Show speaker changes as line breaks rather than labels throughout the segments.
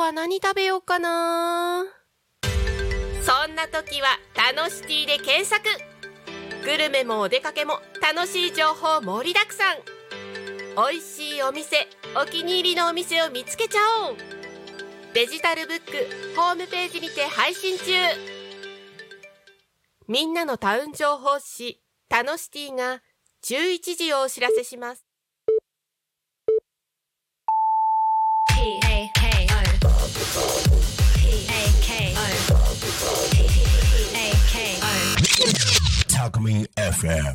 は何食べようかな。そんな時は楽しティで検索。グルメもお出かけも楽しい情報盛りだくさん。おいしいお店、お気に入りのお店を見つけちゃおう。デジタルブックホームページにて配信中。みんなのタウン情報誌タノシティが11時をお知らせします。
タコミン FM。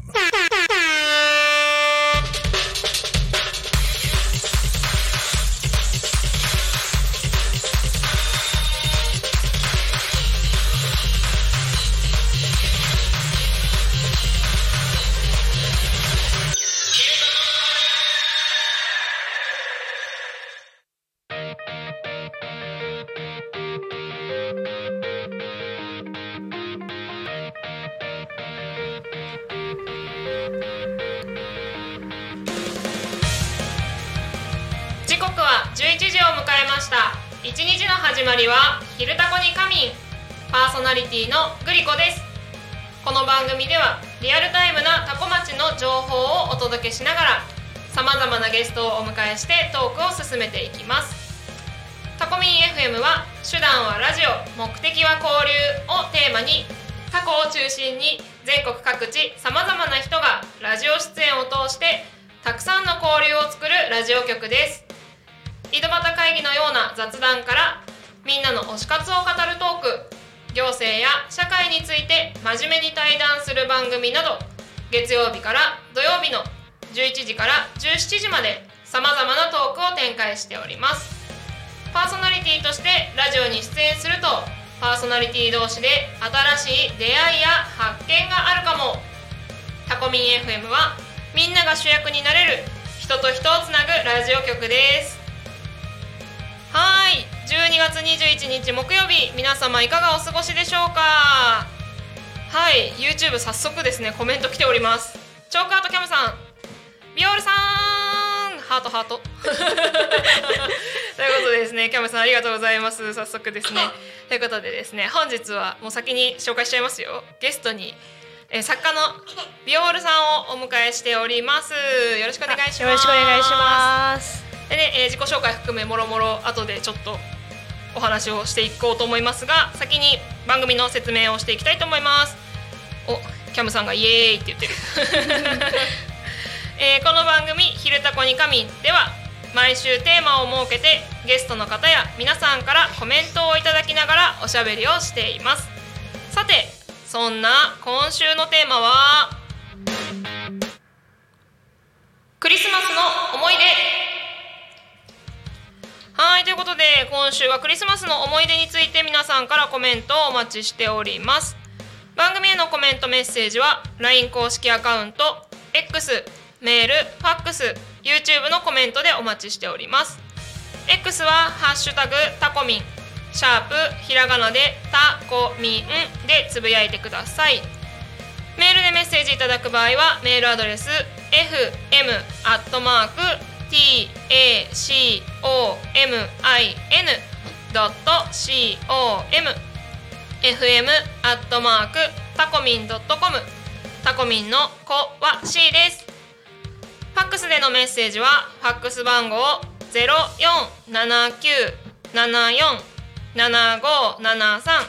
時刻は11時を迎えました。一日の始まりは昼タコに仮眠。パーソナリティのグリコです。この番組ではリアルタイムなタコ町の情報をお届けしながら、さまざまなゲストをお迎えしてトークを進めていきます。タコミン FM は手段はラジオ、目的は交流をテーマに、タコを中心に全国各地さまざまな人がラジオ出演を通してたくさんの交流を作るラジオ局です。井戸端会議のような雑談からみんなの推し活を語るトーク、行政や社会について真面目に対談する番組など、月曜日から土曜日の11時から17時までさまざまなトークを展開しております。パーソナリティとしてラジオに出演すると、パーソナリティ同士で新しい出会いや発見があるかも。タコミン FM はみんなが主役になれる人と人をつなぐラジオ局です。はい、12月21日木曜日、皆様いかがお過ごしでしょうか。はい、 YouTube 早速ですね、コメント来ております。チョークアートキャムさん、ビオールさん、ハートハートということでですね、キャムさんありがとうございます。早速ですねということでですね、本日はもう先に紹介しちゃいますよ。ゲストに作家のビオールさんをお迎えしております。よろしくお願いします。
よろしくお願いします。
でね、自己紹介含めもろもろ後でちょっとお話をしていこうと思いますが、先に番組の説明をしていきたいと思います。お、キャムさんがイエーイって言ってるこの番組昼タコに仮眠では毎週テーマを設けて、ゲストの方や皆さんからコメントをいただきながらおしゃべりをしています。さて、そんな今週のテーマはクリスマスの思い出。はい、ということで今週はクリスマスの思い出について皆さんからコメントをお待ちしております。番組へのコメントメッセージは LINE 公式アカウント、X、メール、ファックス、YouTube のコメントでお待ちしております。 X はハッシュタグタコミン、シャープひらがなでタコミンでつぶやいてください。メールでメッセージいただく場合はメールアドレス fm@tacomin.com fm@tacomin.com、 タコミンの子は C です。ファックスでのメッセージはファックス番号 0479747573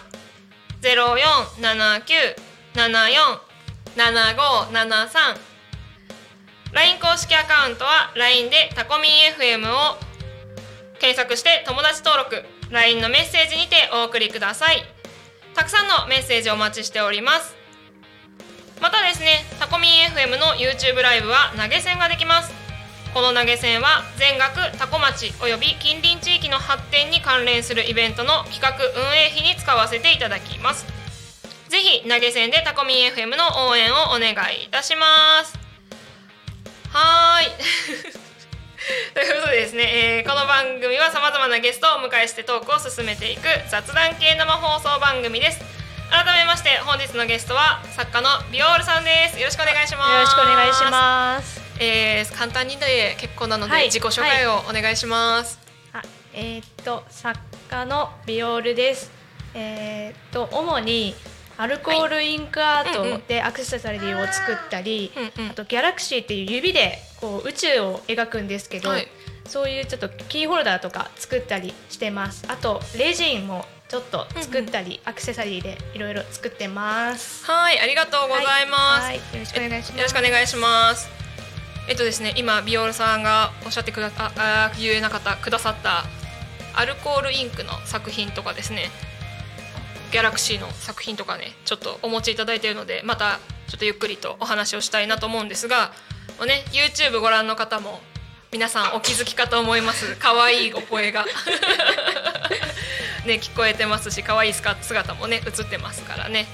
0479747573。 LINE 公式アカウントは LINE でタコミン FM を検索して友達登録、 LINE のメッセージにてお送りください。たくさんのメッセージお待ちしております。またですね、タコミン FM の YouTube ライブは投げ銭ができます。この投げ銭は全額タコ町および近隣地域の発展に関連するイベントの企画運営費に使わせていただきます。ぜひ投げ銭でタコミン FM の応援をお願いいたします。はーいということでですね、この番組はさまざまなゲストをお迎えしてトークを進めていく雑談系生放送番組です。改めまして本日のゲストは作家のビオールさんです。よろしくお願いします。
よろしくお願いします。
簡単にで結構なので、自己紹介をお願いします。
作家のビオールです。主にアルコールインクアートでアクセサリーを作ったり、あとギャラクシーっていう指でこう宇宙を描くんですけど、そういうちょっとキーホルダーとか作ったりしてます。あとレジンもちょっと作ったり、アクセサリーでいろいろ作ってます。
はい、ありがとうございます。
よろしくお願いします。
よろしくお願いします。ですね、今ビオールさんがおっしゃってくださったアルコールインクの作品とかですね、ギャラクシーの作品とかね、ちょっとお持ちいただいているので、またちょっとゆっくりとお話をしたいなと思うんですが、ね、YouTube ご覧の方も皆さんお気づきかと思います。可愛いお声がね、聞こえてますし、可愛い姿もね映ってますからね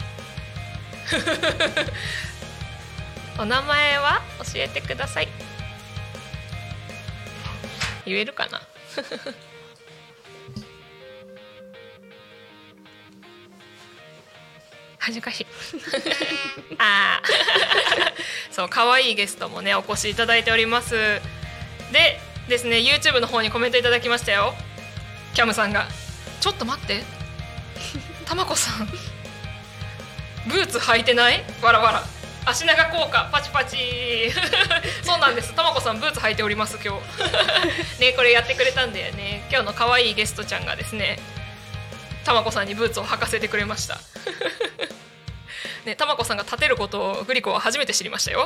お名前は教えてください。言えるかな恥ずかしいそう、可愛いゲストもねお越しいただいております。でですね、 YouTube の方にコメントいただきましたよ。キャムさんがちょっと待って、たまこさんブーツ履いてない？わらわら、足長効果パチパチそうなんです、たまこさんブーツ履いております今日ね、これやってくれたんだよね。今日の可愛いゲストちゃんがですね、たまこさんにブーツを履かせてくれましたね、たまこさんが立てることをグリコは初めて知りましたよ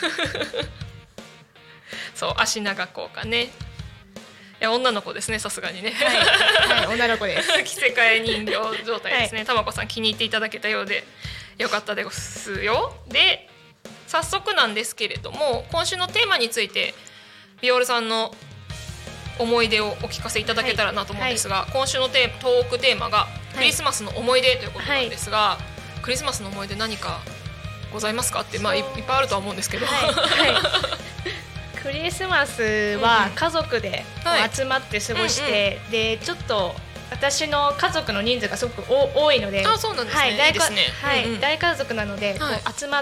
そう、足長効果ね。いや、女の子ですね、さすがにね、
はい、女の子です
着せ替え人形状態ですね、たまこさん気に入っていただけたようでよかったですよ。で、早速なんですけれども、今週のテーマについてビオールさんの思い出をお聞かせいただけたらなと思うんですが、今週のトークテーマがクリスマスの思い出ということなんですが、クリスマスの思い出何かございますかって、まあ、いっぱいあるとは思うんですけど、
クリスマスは家族で集まって過ごして、でちょっと私の家族の人数がすごく多いので、
そうなんですね、いいですね、
大家族なので、こう集まって、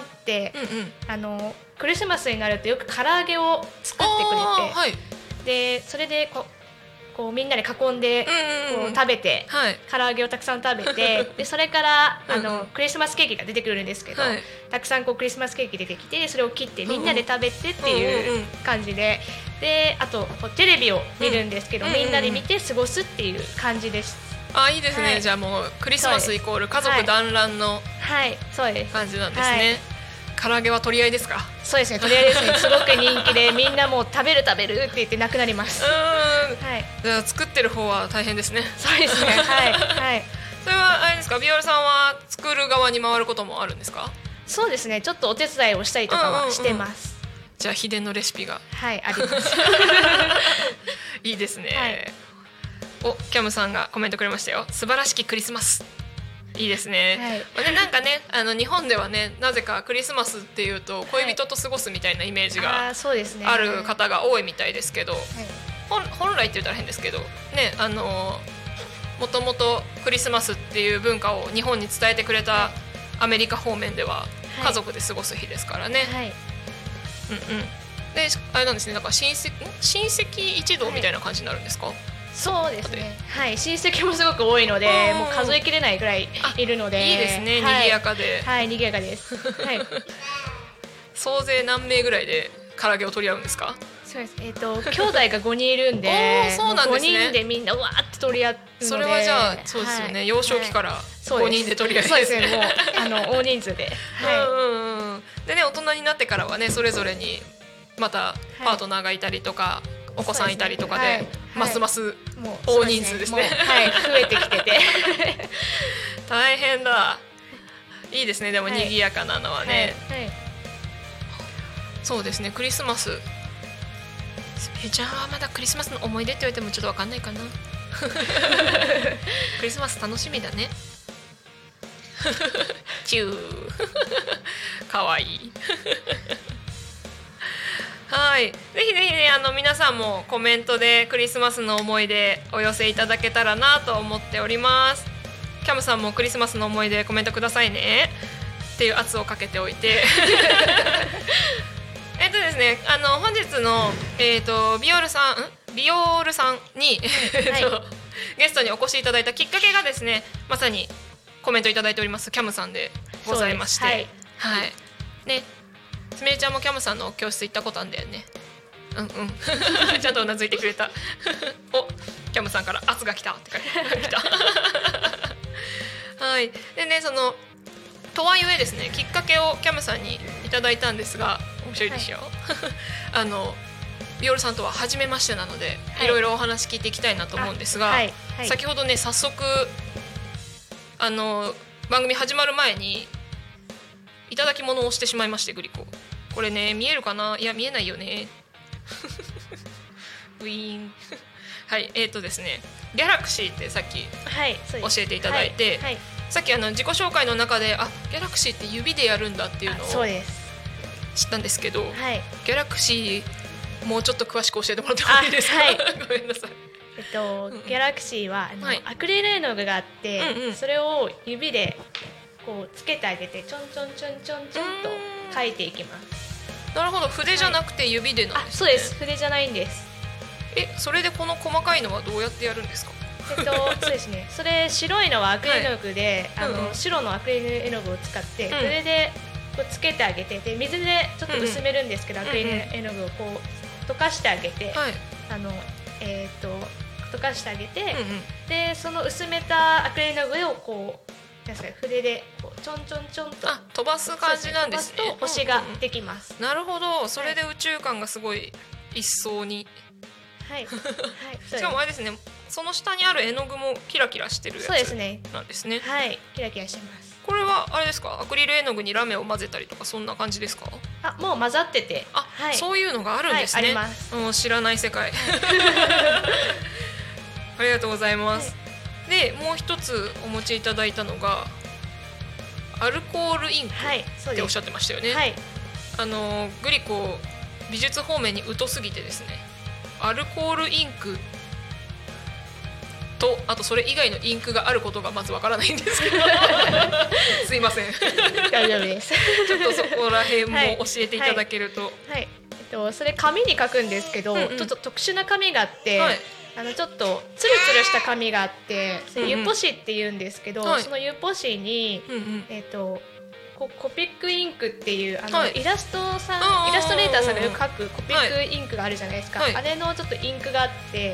クリスマスになるとよく唐揚げを作ってくれて、でそれでこうみんなで囲んでこう食べて、唐揚げをたくさん食べてでそれからクリスマスケーキが出てくるんですけど、たくさんこうクリスマスケーキ出てきて、それを切ってみんなで食べてっていう感じで、であとテレビを見るんですけど、みんなで見て過ごすっていう感じです。
いいですね、じゃあもうクリスマスイコール家族団らんの感じなんですね。唐揚げは取り合いですか？
そうですね、取り合いですね。すごく人気でみんなもう食べるって言ってなくなります。
じゃあ作ってる方は大変ですね。
そうですね、
それはあれですか、ビオールさんは作る側に回ることもあるんですか？
そうですね、ちょっとお手伝いをしたりとかはしてます。
じゃあ秘伝のレシピが
あります
いいですね、キャムさんがコメントくれましたよ。素晴らしきクリスマス、いいですね、なんかね、日本ではね、なぜかクリスマスっていうと恋人と過ごすみたいなイメージがある方が多いみたいですけど、本来って言ったら変ですけどね、もともとクリスマスっていう文化を日本に伝えてくれたアメリカ方面では家族で過ごす日ですからね、であれなんですね、だから親戚一同みたいな感じになるんですか？
そうですね、親戚もすごく多いので、もう数えきれないぐらいいるので、
いいですね、賑やかで、
賑やかです、
総勢何名ぐらいで唐揚げを取り合うんですか？
そうです、兄弟が5人いるんで
そうなんですね、
5人でみんなわーって取り合うので、
それはじゃあそうですよね、幼少期から5人で取り合いですね。
そうですね、もう大人数で、
でね、大人になってからはね、それぞれにまたパートナーがいたりとか、お子さんいたりとかで、ますます大人数ですね、
増えてきてて
大変だ、いいですね。でも賑やかなのはね、そうですね、クリスマス、じゃあまだクリスマスの思い出って言われてもちょっと分かんないかなクリスマス楽しみだねチューかわいいはい、ぜひぜひね、皆さんもコメントでクリスマスの思い出お寄せいただけたらなと思っております。キャムさんもクリスマスの思い出コメントくださいねっていう圧をかけておいてですね、本日の、ビオールさんビオールさんに、ゲストにお越しいただいたきっかけがですね、まさにコメントいただいておりますキャムさんでございまして、ね、すみれちゃんもキャムさんの教室行ったことあるんだよね。ちゃんとうなずいてくれたお、キャムさんから圧が来たって書いてたはい。でね、そのとはいえですね、きっかけをキャムさんにいただいたんですが、面白いでしょ、ビオルさんとは初めましてなので、いろいろお話聞いていきたいなと思うんですが、先ほどね、早速番組始まる前にいただき物をしてしまいまして、グリコ、これね、見えるかな。いや、見えないよねウィーンはい、ですね、ギャラクシーってさっき教えていただいて、さっき自己紹介の中で、ギャラクシーって指でやるんだっていうのを知ったんですけど、ギャラクシーもうちょっと詳しく教えてもらってもいいですか。ごめんなさい。
ギャラクシーはアクリル絵の具があって、それを指でこうつけてあげて、ちょんちょんちょんちょんちょんと描いていきます。
なるほど、筆じゃなくて指でなんですね。
そうです、筆じゃないんです。
それでこの細かいのはどうやってやるんですか。
そうですね、それ白いのはアクリル絵の具で、白のアクリル絵の具を使って筆でこうつけてあげて、で水でちょっと薄めるんですけど、アクリル絵の具をこう溶かしてあげて、溶かしてあげて、でその薄めたアクリル絵の具をこう筆でこうちょんちょんちょんと
飛ばす感じなんですね。
飛ばすと星ができます。
なるほど、それで宇宙感がすごい一層に。しかもあれですね、その下にある絵の具もキラキラしてるやつなんですね。
はい、キラキラしてます。
これはあれですか、アクリル絵の具にラメを混ぜたりとかそんな感じですか。
もう混ざってて、
そういうのがあるんですね。
あります。
知らない世界ありがとうございます。でもう一つお持ちいただいたのがアルコールインクっておっしゃってましたよね。グリコ美術方面に疎すぎてですね、アルコールインクとあとそれ以外のインクがあることがまずわからないんですけどすいません
大丈夫です
ちょっとそこら辺も教えていただけると。
それ紙に書くんですけど、ちょっと特殊な紙があって、ちょっとツルツルした紙があって、ユポ紙って言うんですけど、そのユポ紙に、コピックインクっていうイラストレーターさんがよく書くコピックインクがあるじゃないですか。あれのちょっとインクがあって、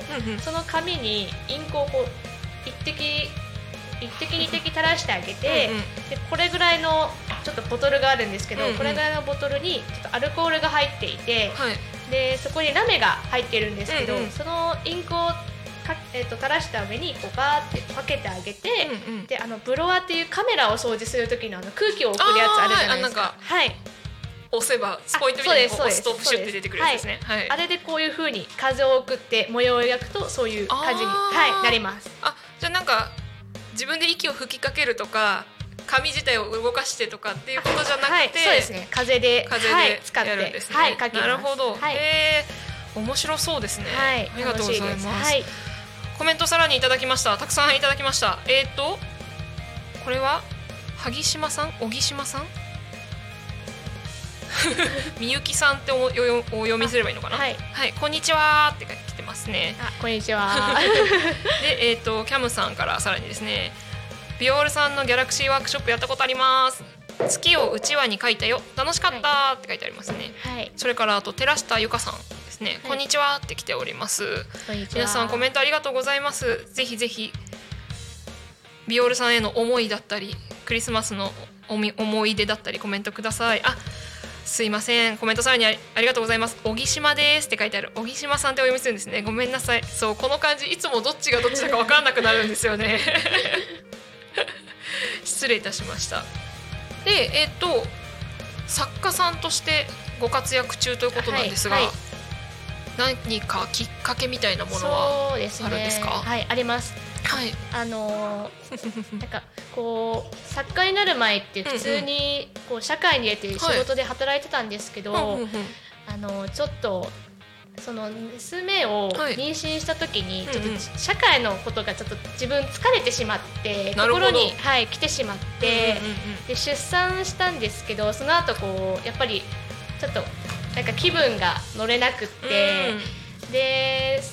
その紙にインクをこう一滴二滴垂らしてあげて、でこれぐらいのちょっとボトルがあるんですけど、これぐらいのボトルにちょっとアルコールが入っていて、でそこにラメが入ってるんですけど、そのインクを垂らした上にこうバーってかけてあげて、でブロワーっていうカメラを掃除する時の空気を送るやつあるじゃないですか。
押せばスポイントみたいに押すとプシュって出てくるやつですね。
あれでこういう風に風を送って模様を描くとそういう感じになります。
じゃあなんか自分で息を吹きかけるとか紙自体を動かしてとかっていうことじゃなくて、
そうですね、風で使って
やるんですね。なるほど、面白そうですね。ありがとうございます。コメントさらにいただきました。たくさんいただきました。これは萩島さん、小木島さんみゆきさんってお読みすればいいのかな。こんにちはって来てますね。
こんにちは
で、キャムさんからさらにですね、ビオールさんのギャラクシーワークショップやったことあります。月をうちわに描いたよ、楽しかったって書いてありますね。それからあと寺下ゆかさんですね、こんにちはって来ております。皆さんコメントありがとうございます。ぜひぜひビオールさんへの思いだったりクリスマスの思い出だったりコメントください。すいません、コメントさらにありがとうございます。小木島ですって書いてある。小木島さんってお読みするんですね。ごめんなさい。そうこの感じいつもどっちがどっちだか分かんなくなるんですよね失礼いたしました。で作家さんとしてご活躍中ということなんですが、何かきっかけみたいなものはあるんですか。
あります。なんかこう作家になる前って普通にこう社会に出て仕事で働いてたんですけど、ちょっとその娘を妊娠した時にちょっと社会のことがちょっと自分疲れてしまって心に来てしまって、で出産したんですけど、その後こうやっぱりちょっとなんか気分が乗れなくって、で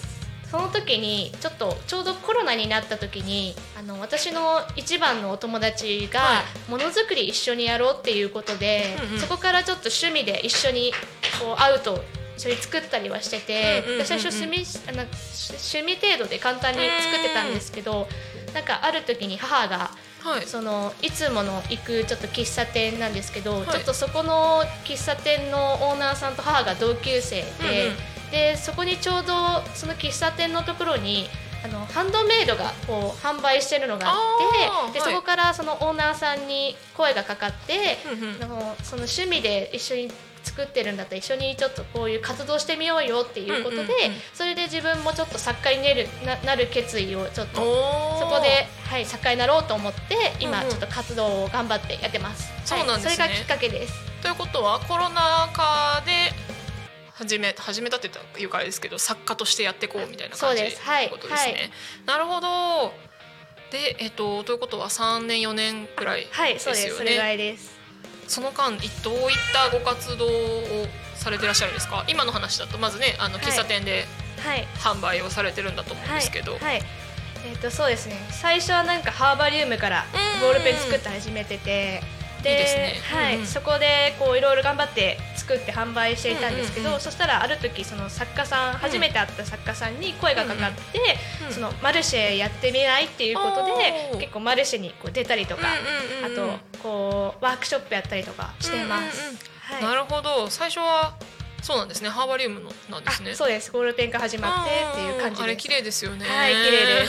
その時にちょうどコロナになった時に私の一番のお友達がものづくり一緒にやろうっていうことで、そこからちょっと趣味で一緒にこうアウトを一緒に作ったりはしてて、最初趣味程度で簡単に作ってたんですけど、なんかある時に母がいつもの行くちょっと喫茶店なんですけど、ちょっとそこの喫茶店のオーナーさんと母が同級生で、そこにちょうどその喫茶店のところにハンドメイドがこう販売してるのがあって、でそこからそのオーナーさんに声がかかって、その趣味で一緒に作ってるんだったら一緒にちょっとこういう活動してみようよっていうことで、それで自分もちょっと作家になる決意をちょっとそこで、作家になろうと思って今ちょっと活動を頑張ってやってます。
そうなんですね。
それがきっかけです。
ということはコロナ禍で始めたっていうかあれですけど、作家としてやっていこうみたいな感じってことですね。なるほど。で、ということは3年4年くらいですよね。
そうです。それぐらいです。
その間どういったご活動をされてらっしゃるんですか？今の話だとまずね喫茶店で販売をされてるんだと思うんですけど、
そうですね。最初はなんかハーバリウムからボールペン作って始めてて、で、いいですね。そこでこういろいろ頑張って作って販売していたんですけど、そしたらある時その作家さん、初めて会った作家さんに声がかかって、そのマルシェやってみないっていうことで結構マルシェにこう出たりとか、あとこうワークショップやったりとかしてます。
なるほど。最初はそうなんですね。ハーバリウムのなんですね。
そうです。ボールペンから始まってっていう感じです。
あれ綺麗ですよね。
はい、綺麗です。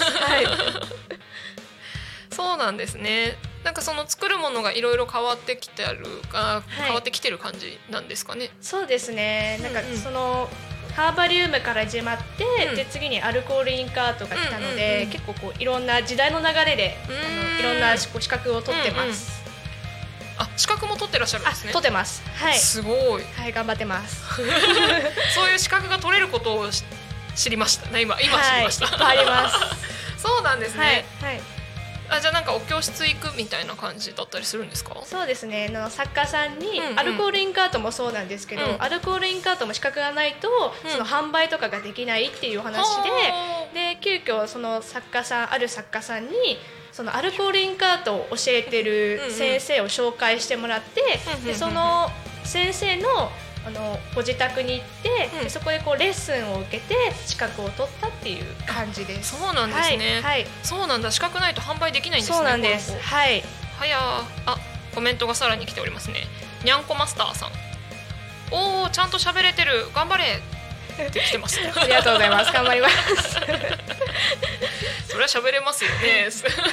そうなんですね。なんかその作るものがいろいろ変わってきてる感じなんですかね。
そうですね。なんかそのハーバリウムから始まって、で次にアルコールインカートが来たので、結構こういろんな時代の流れでいろんな資格を取ってます。
資格も取ってらっしゃるんですね。
取ってます。
すごい。
頑張ってます。
そういう資格が取れることを知りましたね。今知りました。
いっぱいあります。
そうなんですね。じゃあなんかお教室行くみたいな感じだったりするんですか？
そうですね。作家さんにアルコールインカートもそうなんですけど、アルコールインカートも資格がないとその販売とかができないっていう話で、急遽そのある作家さんにそのアルコールインカートを教えてる先生を紹介してもらって、でその先生のご自宅に行って、でそこでこうレッスンを受けて資格を取ったっていう感じです。
そうなんですね。そうなんだ。資格ないと販売できないんですね。
そうなんです。
コメントがさらに来ておりますね。にゃんこマスターさん。おー、ちゃんと喋れてる。頑張れって来てます。
ありがとうございます。頑張ります。
それは喋れますよね。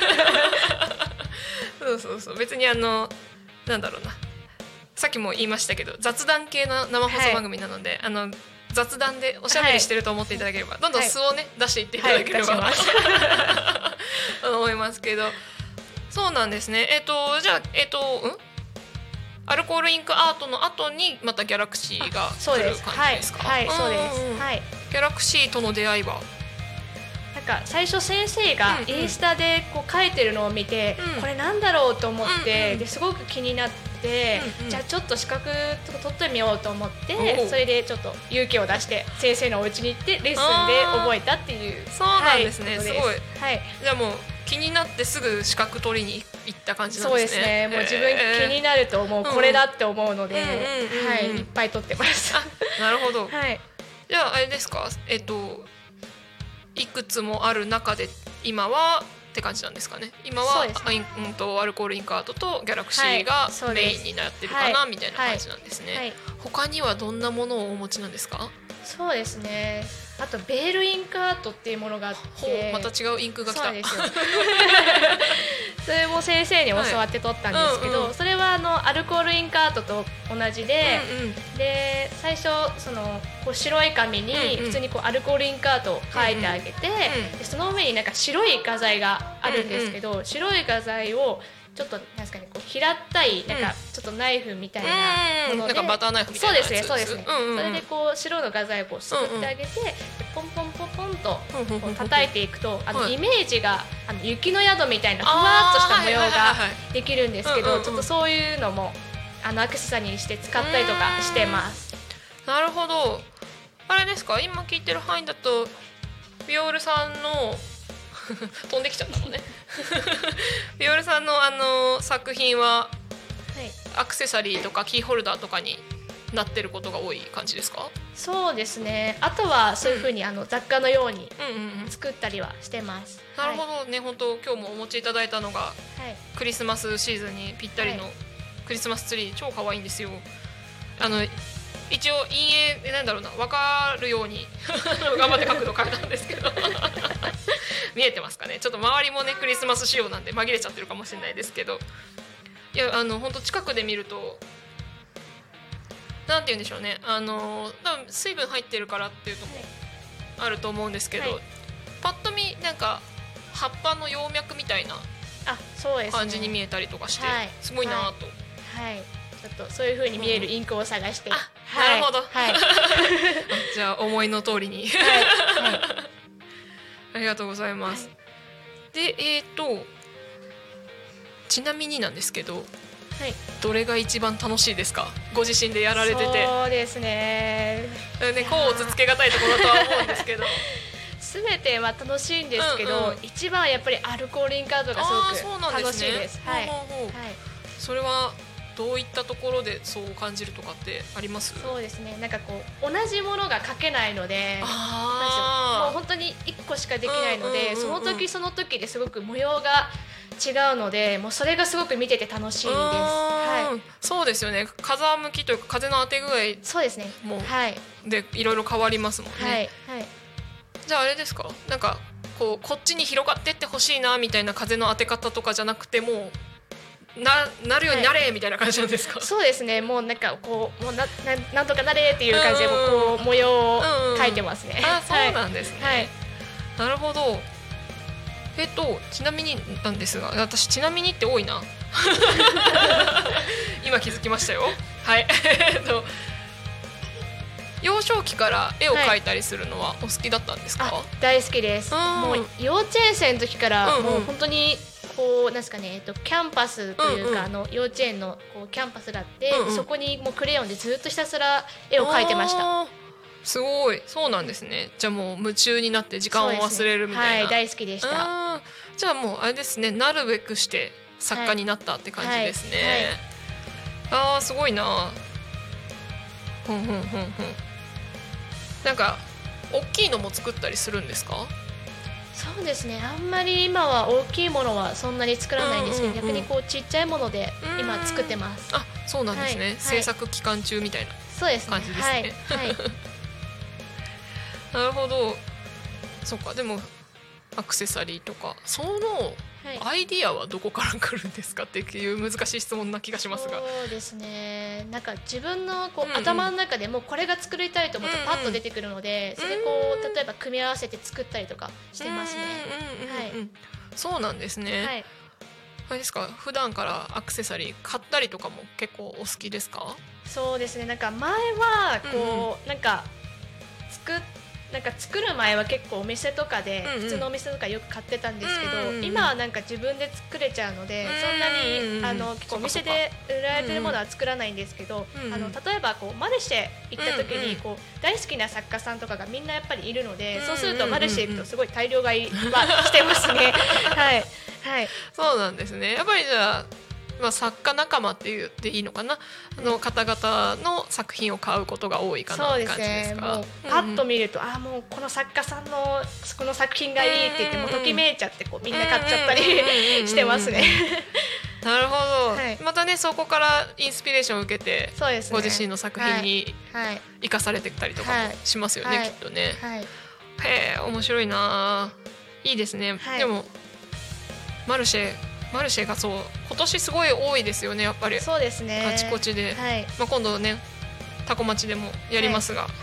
そう別になんだろうな。さっきも言いましたけど雑談系の生放送番組なので、雑談でおしゃべりしてると思っていただければ、どんどん素をね、出していっていただければ、思いますけど。そうなんですね。じゃあアルコールインクアートの後にまたギャラクシーが来る感じですか？
そうです。
ギャラクシーとの出会いは
なんか最初先生がインスタでこう書いてるのを見て、これなんだろうと思って、ですごく気になって、じゃあちょっと資格取ってみようと思って、それでちょっっと勇気を出して先生のお家に行ってレッスンで覚えたっていう。
そうなんですね、すごい。
はい、
じゃあもう気になってすぐ資格取りに行った感じなんですね。
そうですね、もう自分気になるともうこれだって思うので、はい、いっぱい取ってます。
なるほど、
はい、
じゃああれですか、いくつもある中で今はって感じなんですかね。今は、アルコールインクアートとギャラクシーがメインになってるかな、みたいな感じなんですね。他にはどんなものをお持ちなんですか？
そうですね、あとベールインクアートっていうものがあって、
また違うインクが来た。
そうですよそれも先生に教わって撮ったんですけど、それはアルコールインクアートと同じで、で最初こう白い紙に普通にこうアルコールインクアートを書いてあげて、でその上になんか白い画材があるんですけど、白い画材をちょっとなんですかね、こう平ったいなんかちょっとナイフみたいなもので、
なんかバターナイフみたいなやつ。
そうですね、そうですね。それでこう白の画材をこうすくってあげて、ポンポンポンポンとこう叩いていくと、イメージが雪の宿みたいなふわっとした模様ができるんですけど、ちょっとそういうのもアクセサリーにして使ったりとかしてます。
なるほど。あれですか、今聞いてる範囲だとビオルさんの飛んできちゃったのねビオルさんの作品は、アクセサリーとかキーホルダーとかになってることが多い感じですか？
そうですね。あとはそういう風に雑貨のように作ったりはしてます。
なるほどね。本当今日もお持ちいただいたのが、クリスマスシーズンにぴったりのクリスマスツリー、超可愛いんですよ。一応陰影なんだろうな、分かるように頑張って角度変えたんですけど見えてますかね。ちょっと周りもねクリスマス仕様なんで紛れちゃってるかもしれないですけど、いや本当近くで見るとなんて言うんでしょうね、多分水分入ってるからっていうともあると思うんですけど、パッと見なんか葉っぱの葉脈みたいな感じに見えたりとかして、すごいなと。
ちょっとそういう風に見えるインクを探して、
なるほど、じゃあ思いの通りにありがとうございます。でちなみになんですけど、どれが一番楽しいですか？ご自身でやられてて。そうです
ね。
甲乙つけがたいところだとは思うんですけど
全ては楽しいんですけど、一番はやっぱりアルコールインクアートがすごく楽しいです。
それはどういったところでそう感じるとかってあります？
そうですね。なんかこう同じものが描けないので、もう本当に1個しかできないので、その時その時ですごく模様が違うので、もうそれがすごく見てて楽しいです。
そうですよね。風向きというか風の当て具合、
そうですね。
もうでいろいろ変わりますもんね。じゃああれですか？なんかこっちに広がってってほしいなみたいな風の当て方とかじゃなくてもなるようになれみたいな感じなんですか？
そうですね。もうなんかこうもうなんとかなれっていう感じでもこう模様を描いてますね。
そうなんですね。なるほど。ちなみになんですが、私ちなみにって多いな今気づきましたよ。幼少期から絵を描いたりするのはお好きだったんですか？
大好きです。もう幼稚園生の時からもう本当にこうなんですかね、キャンパスというか幼稚園のこうキャンパスがあって、そこにもうクレヨンでずっとひたすら絵を描いてました。
すごい。そうなんですね。じゃあもう夢中になって時間を忘れるみたいな。
大好きでした。
じゃあもうあれですね、なるべくして作家になったって感じですね。すごいな。なんか大きいのも作ったりするんですか？
そうですね。あんまり今は大きいものはそんなに作らないんですけど、逆にこうちっちゃいもので今作ってます。
そうなんですね。制作期間中みたいな感じですね。なるほど。そっか。でもアクセサリーとかそのアイディアはどこから来るんですかっていう難しい質問な気がしますが。
そうですね。なんか自分のこう頭の中でもこれが作りたいと思うとパッと出てくるので、それこう例えば組み合わせて作ったりとかしてますね。
そうなんですね。あれですか、普段からアクセサリー買ったりとかも結構お好きですか？
そうですね。なんか前はこうなんか作る前は結構お店とかで普通のお店とかよく買ってたんですけど、今はなんか自分で作れちゃうので、そんなに結構お店で売られてるものは作らないんですけど、例えばこうマルシェ行った時にこう大好きな作家さんとかがみんなやっぱりいるので、そうするとマルシェ行くとすごい大量買いはしてますね。
そうなんですね。やっぱりじゃあ作家仲間って言っていいのかな、方々の作品を買うことが多いかなって感じですか？
もうパッと見ると、もうこの作家さんのこの作品がいいって言ってもうときめいちゃってこうみんな買っちゃったりしてますね。
なるほど。またねそこからインスピレーションを受けて、ご自身の作品に生かされてきたりとかもしますよね、きっとね。へえ、面白いな。いいですね。でもマルシェがそう今年すごい多いですよね、やっぱり。
そうですね。
あちこちで、今度ねタコ町でもやりますが、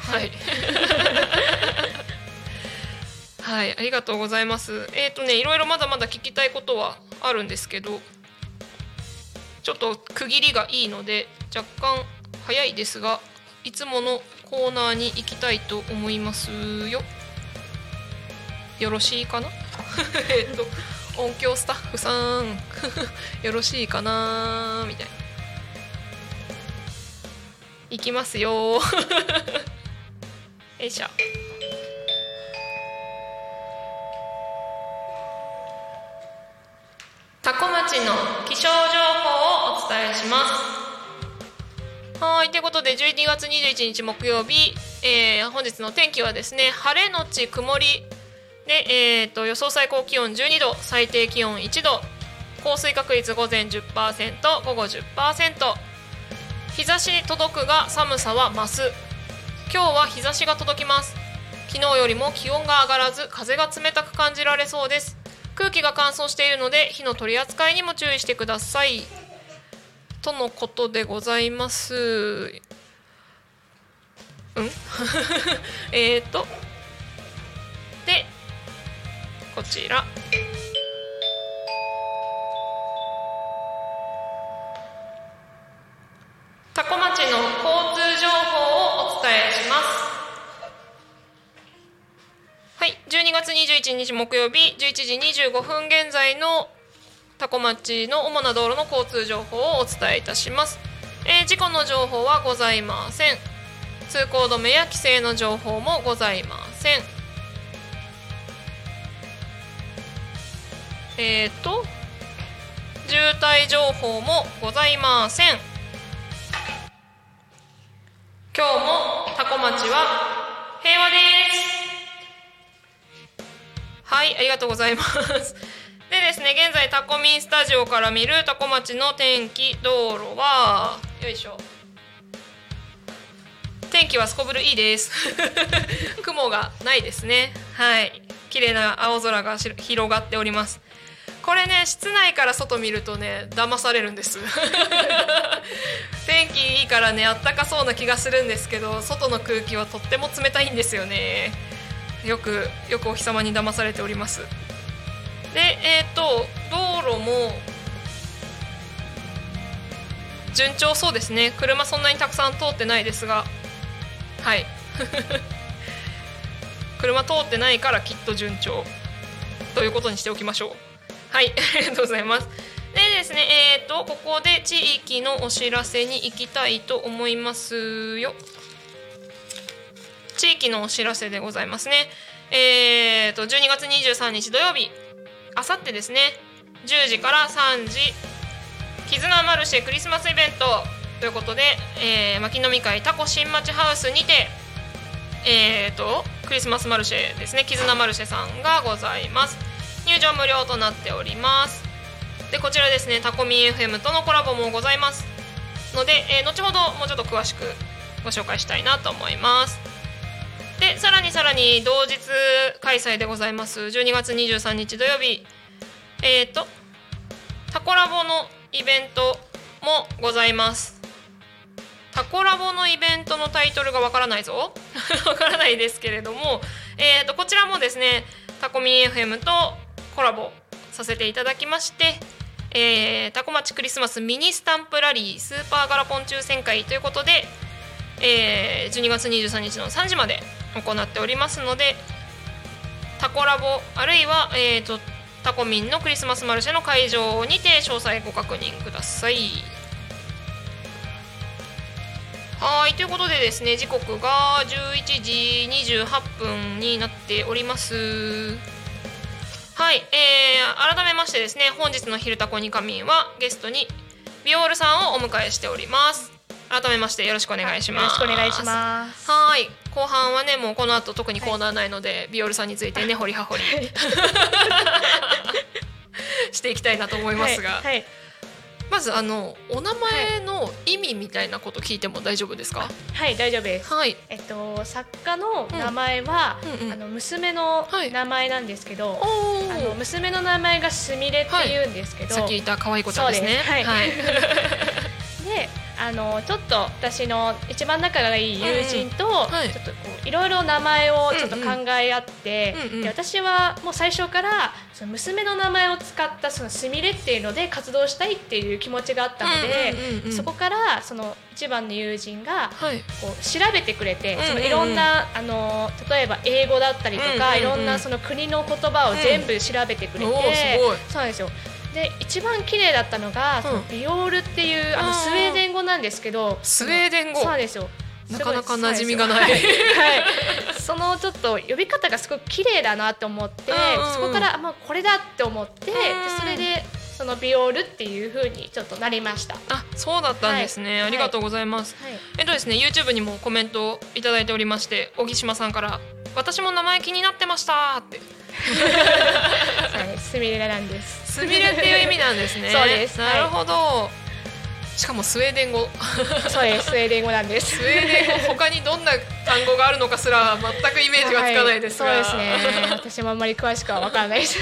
ありがとうございます。いろいろまだまだ聞きたいことはあるんですけど、ちょっと区切りがいいので若干早いですが、いつものコーナーに行きたいと思いますよ。よろしいかな？音響スタッフさんよろしいかなみたいな。いきますよよいしょ。 多古町の気象情報をお伝えします。はい、ということで12月21日木曜日、本日の天気はですね、晴れのち曇りで、予想最高気温12度、最低気温1度、降水確率午前 10%、午後 10%、日差し届くが寒さは増す。今日は日差しが届きます。昨日よりも気温が上がらず、風が冷たく感じられそうです。空気が乾燥しているので火の取り扱いにも注意してくださいとのことでございます。でこちら多古町の交通情報をお伝えします。はい、12月21日木曜日11時25分現在の多古町の主な道路の交通情報をお伝えいたします。事故の情報はございません。通行止めや規制の情報もございません。渋滞情報もございません。今日も多古町は平和です。はい、ありがとうございます。でですね、現在タコミンスタジオから見る多古町の天気、道路はよいしょ、天気はすこぶるいいです雲がないですね。はい、綺麗な青空が広がっております。これね、室内から外見るとね、騙されるんです天気いいからね、あったかそうな気がするんですけど、外の空気はとっても冷たいんですよね。よくお日様に騙されております。で、道路も順調そうですね。車そんなにたくさん通ってないですが、はい車通ってないからきっと順調ということにしておきましょう。はい、ありがとうございます。でですね、ここで地域のお知らせに行きたいと思いますよ。地域のお知らせでございますね。12月23日土曜日、あさってですね、10時から3時、絆マルシェクリスマスイベントということで、牧野み会タコ新町ハウスにて、クリスマスマルシェですね、絆マルシェさんがございます。入場無料となっております。で、こちらですね、タコミン FM とのコラボもございますので、後ほどもうちょっと詳しくご紹介したいなと思います。で、さらに同日開催でございます12月23日土曜日、タコラボのイベントもございます。タコラボのイベントのタイトルがわからないぞわからないですけれども、こちらもですね、タコミン FM とコラボさせていただきまして、タコ町クリスマスミニスタンプラリースーパーガラポン抽選会ということで、12月23日の3時まで行っておりますので、タコラボあるいは、タコミンのクリスマスマルシェの会場にて詳細ご確認ください。はい、ということでですね、時刻が11時28分になっております。はい、改めましてですね、本日の昼タコに仮眠はゲストにビオールさんをお迎えしております。改めましてよろしくお願いします。
よろしくお願いします。
はい、後半はね、もうこの後特にコーナーないので、ビオールさんについてね、掘り葉掘りしていきたいなと思いますが、まずお名前の意味みたいなこと聞いても大丈夫ですか？
はい、大丈夫です。
はい、
作家の名前は、娘の名前なんですけど、娘の名前がすみれって言うんですけど、
さっき言った可愛い子ちゃんですね。
で、ちょっと私の一番仲がいい友人と、ちょっとこういろいろ名前をちょっと考え合って、で、私はもう最初からその娘の名前を使ったそのすみれっていうので活動したいっていう気持ちがあったので、そこからその一番の友人がこう調べてくれて、そのいろんな例えば英語だったりとか、いろんなその国の言葉を全部調べてくれて、そうなんですよ。で、一番綺麗だったのが、そのビオールっていうスウェーデン語なんですけど、
スウェーデン語、
そうですよ。
なかなか馴染みがない。
そのちょっと呼び方がすごく綺麗だなと思って、そこからこれだって思って、でそれでそのビオールっていう風にちょっとなりました。
あ、そうだったんですね、ありがとうございます、ですね、YouTube にもコメントをいただいておりまして、小木島さんから私も名前気になってましたって
すみれなんです。
すみれっていう意味なんですね
そうです。
なるほど、しかもスウェーデン語
そうです、スウェーデン語なんです。
スウェーデン語、他にどんな単語があるのかすら全くイメージがつかないですが、
そうですね、私もあんまり詳しくは分からないです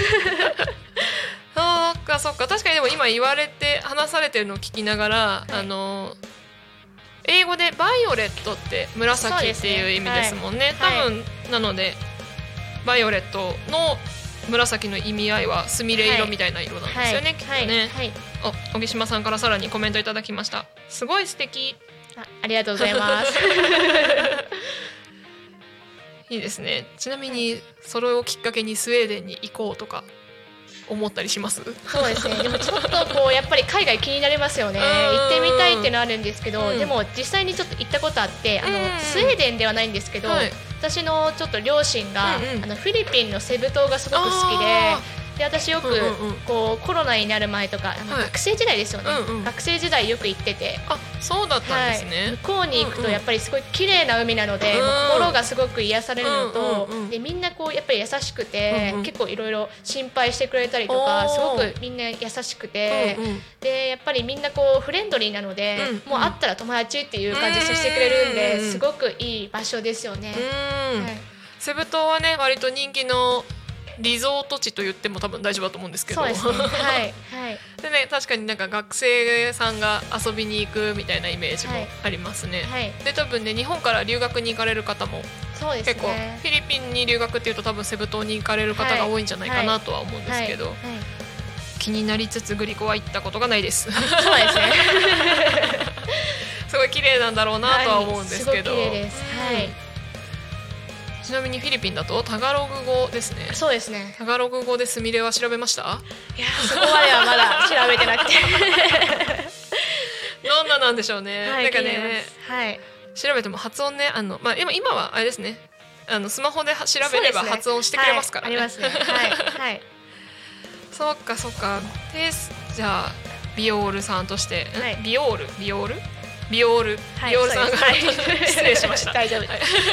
そうかそうか、確かにでも今言われて話されてるのを聞きながら、英語でバイオレットって紫っていう意味ですもんね、多分なのでバイオレットの紫の意味合いはスミレ色みたいな色なんですよね、きっとね。小木島さんからさらにコメントいただきました。すごい素敵。
ありがとうございます
いいですね。ちなみにそれをきっかけにスウェーデンに行こうとか思ったりします？
そうですね、でもちょっとこうやっぱり海外気になりますよね。行ってみたいっていうのあるんですけど、でも実際にちょっと行ったことあって、スウェーデンではないんですけど、私のちょっと両親が、フィリピンのセブ島がすごく好きで、私よくこうコロナになる前とか学生時代ですよね、学生時代よく行ってて、
あ、そうだったんですね、
向こうに行くとやっぱりすごい綺麗な海なので、心がすごく癒されるのと、でみんなこうやっぱり優しくて、結構いろいろ心配してくれたりとか、すごくみんな優しくて、でやっぱりみんなこうフレンドリーなので、もう会ったら友達っていう感じで接してくれるんで、すごくいい場所ですよね。
セブ島はね、割と人気のリゾート地と言っても多分大丈夫だと思うんですけど、そうですね、でね、確かになんか学生さんが遊びに行くみたいなイメージもありますね、で多分ね、日本から留学に行かれる方も結構、フィリピンに留学っていうと多分セブ島に行かれる方が多いんじゃないかなとは思うんですけど、気になりつつグリコは行ったことがないですそう
ですね
すごい綺麗なんだろうなとは思うんですけど、
すごい綺麗です、
ちなみにフィリピンだとタガログ語ですね。
そうですね。
タガログ語でスミレは調べました？
いや、そこまではまだ調べてなくて
どんななんでしょうね、なんかね、調べても発音ね、今はあれですね、スマホで調べれば発音してくれますからね。
ありますね。
そうかそうか。で、じゃあビオールさんとして、ビオールさんが失礼しました。
大丈夫。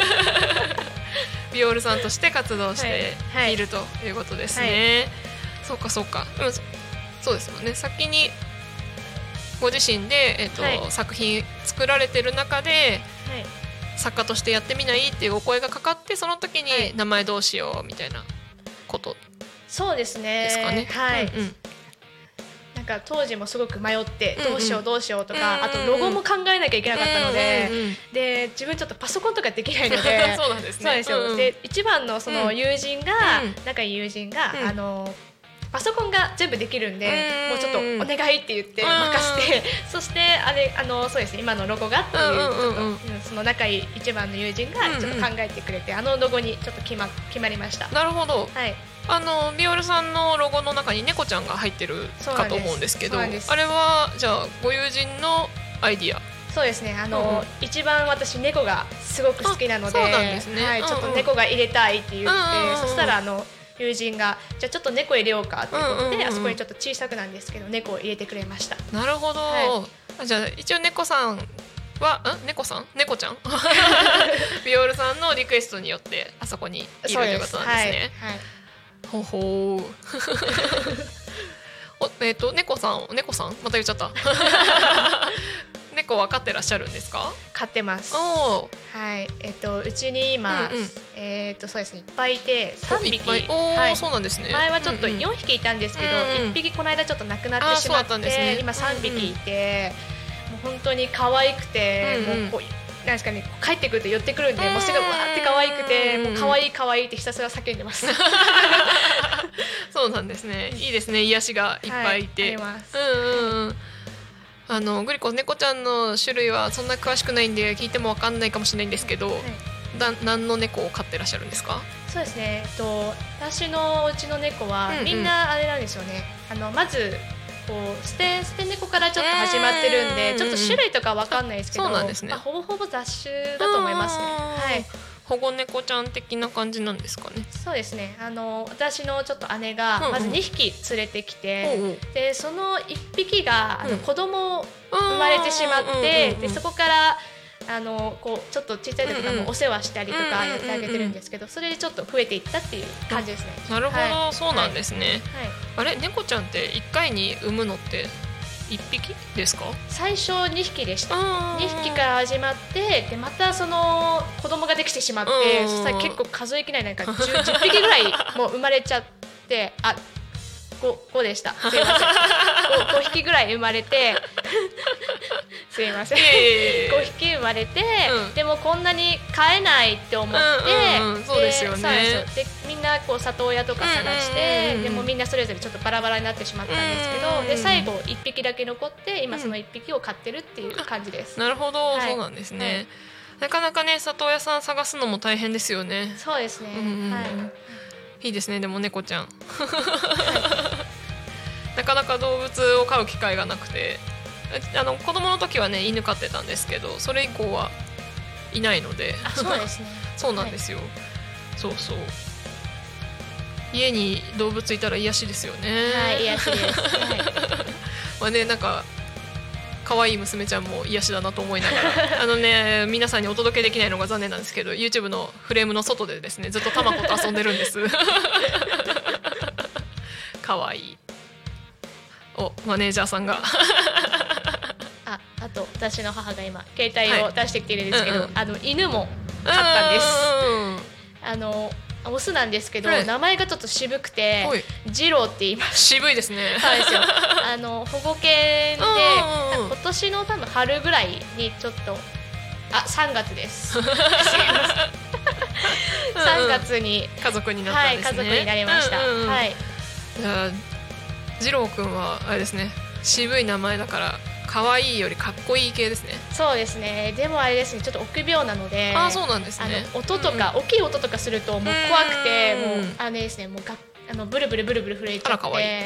ビオールさんとして活動しているということですね。そうかそうか。でもそうですもんね。先にご自身で作品作られてる中で、作家としてやってみないっていうお声がかかって、その時に名前どうしようみたいなことですかね。
そうですね。なんか当時もすごく迷ってどうしようとか、あとロゴも考えなきゃいけなかったので、で自分ちょっとパソコンとかできないので
そうなんですね。
そうですよ。で一番のその友人が、仲いい友人がパソコンが全部できるんで、もうちょっとお願いって言って任せて、そしてそうですね、今のロゴがっていうちょっとその仲いい一番の友人がちょっと考えてくれて、ロゴにちょっと決まりました。
なるほど。ビオルさんのロゴの中に猫ちゃんが入ってるかと思うんですけど、あれはじゃあご友人のアイディア？
そうですね、一番私猫がすごく好きなので、
そうなんですね、
ちょっと猫が入れたいって言って、そしたら友人がじゃあちょっと猫入れようかってことで、あそこにちょっと小さくなんですけど猫を入れてくれました。
なるほど、じゃあ一応猫ちゃんビオルさんのリクエストによってあそこにいるということなんですね。ほほー猫さんまた言っちゃった猫は飼ってらっしゃるんですか？
飼ってます。うちに今、そうですね、いっぱいいて3匹。
そうなんですね。
前はちょっと4匹いたんですけど、1匹この間ちょっと亡くなってしまって、今3匹いて、もう本当に可愛くて、もうこうなんですかね、帰ってくると寄ってくるんで、もうすぐわーって可愛くて、もう可愛い可愛いってひたすら叫んでます
そうなんですね。いいですね、癒しがいっぱいいて。
あります。
グリコ、猫ちゃんの種類はそんな詳しくないんで聞いても分かんないかもしれないんですけど、何の猫を飼ってらっしゃるんですか？
そうですね、私のうちの猫はみんなあれなんですよね。まずこう捨て猫からちょっと始まってるんで、ちょっと種類とか分かんないですけど、ほぼほぼ雑種だと思いますね。
保護猫ちゃん的な感じなんですかね。
そうですね、私のちょっと姉がまず2匹連れてきて、でその1匹が子供生まれてしまって、でそこからこうちょっと小さい時からもお世話したりとかやってあげてるんですけど、それでちょっと増えていったっていう感じですね。
なるほど、はい、そうなんですね、
はい、
あれ猫ちゃんって1回に産むのって1匹ですか？
最初2匹でした。2匹から始まって、でまたその子供ができてしまって、そしたら結構数えきれない、なんか 10匹ぐらいもう生まれちゃって、5でした。すいません。5匹ぐらい生まれてすいません、5匹生まれて、でもこんなに飼えないって思って、
そうですよね。
でみんなこう里親とか探して、でもみんなそれぞれちょっとバラバラになってしまったんですけど、で最後1匹だけ残って、今その1匹を飼ってるっていう感じです。
なるほど、そうなんですね、なかなかね里親さん探すのも大変ですよね。
そうですね、
いいですね。でも猫ちゃん、なかなか動物を飼う機会がなくて、子供の時はね犬飼ってたんですけど、それ以降はいないので。
そうですね
そうなんですよ、そうそう、家に動物いたら癒しですよね。
はい、癒しです、
まあね、なんか可愛い娘ちゃんも癒しだなと思いながら皆さんにお届けできないのが残念なんですけど、 YouTube のフレームの外でですねずっとタマコと遊んでるんです可愛いマネージャーさんが
あと私の母が今携帯を出してきてるんですけど、犬も飼ったんです。オスなんですけど、名前がちょっと渋くてジローって言います。
渋いですね。
そうですよ。保護犬で今年の多分春ぐらいにちょっと3月です3月に
家族になったんですね。
はい、家族になりました。はい。
じゃあジローくんはあれですね、渋い名前だから可愛いよりかっこいい系ですね。
そうですね。でもあれですね、ちょっと臆病なので、
そうなんですね。
音とか、大きい音とかするともう怖くて、もうあれですね、もうブルブルブルブル震えちゃって、
かわいい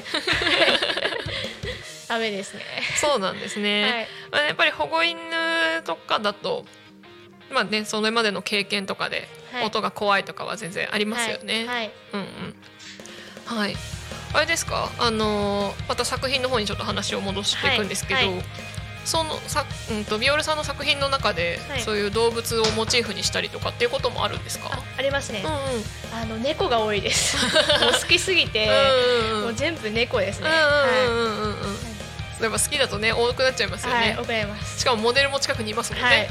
ダメですね。
そうなんですね、やっぱり保護犬とかだとまあね、それまでの経験とかで音が怖いとかは全然ありますよね。はい、はい、あれですか、また作品の方にちょっと話を戻していくんですけど、そのビオルさんの作品の中で、そういう動物をモチーフにしたりとかっていうこともあるんですか？
ありますね、猫が多いですもう好きすぎてもう全部猫ですね。
やっぱ好きだとね多くなっちゃいますよね。
多くなります。
しかもモデルも近くにいますもんね。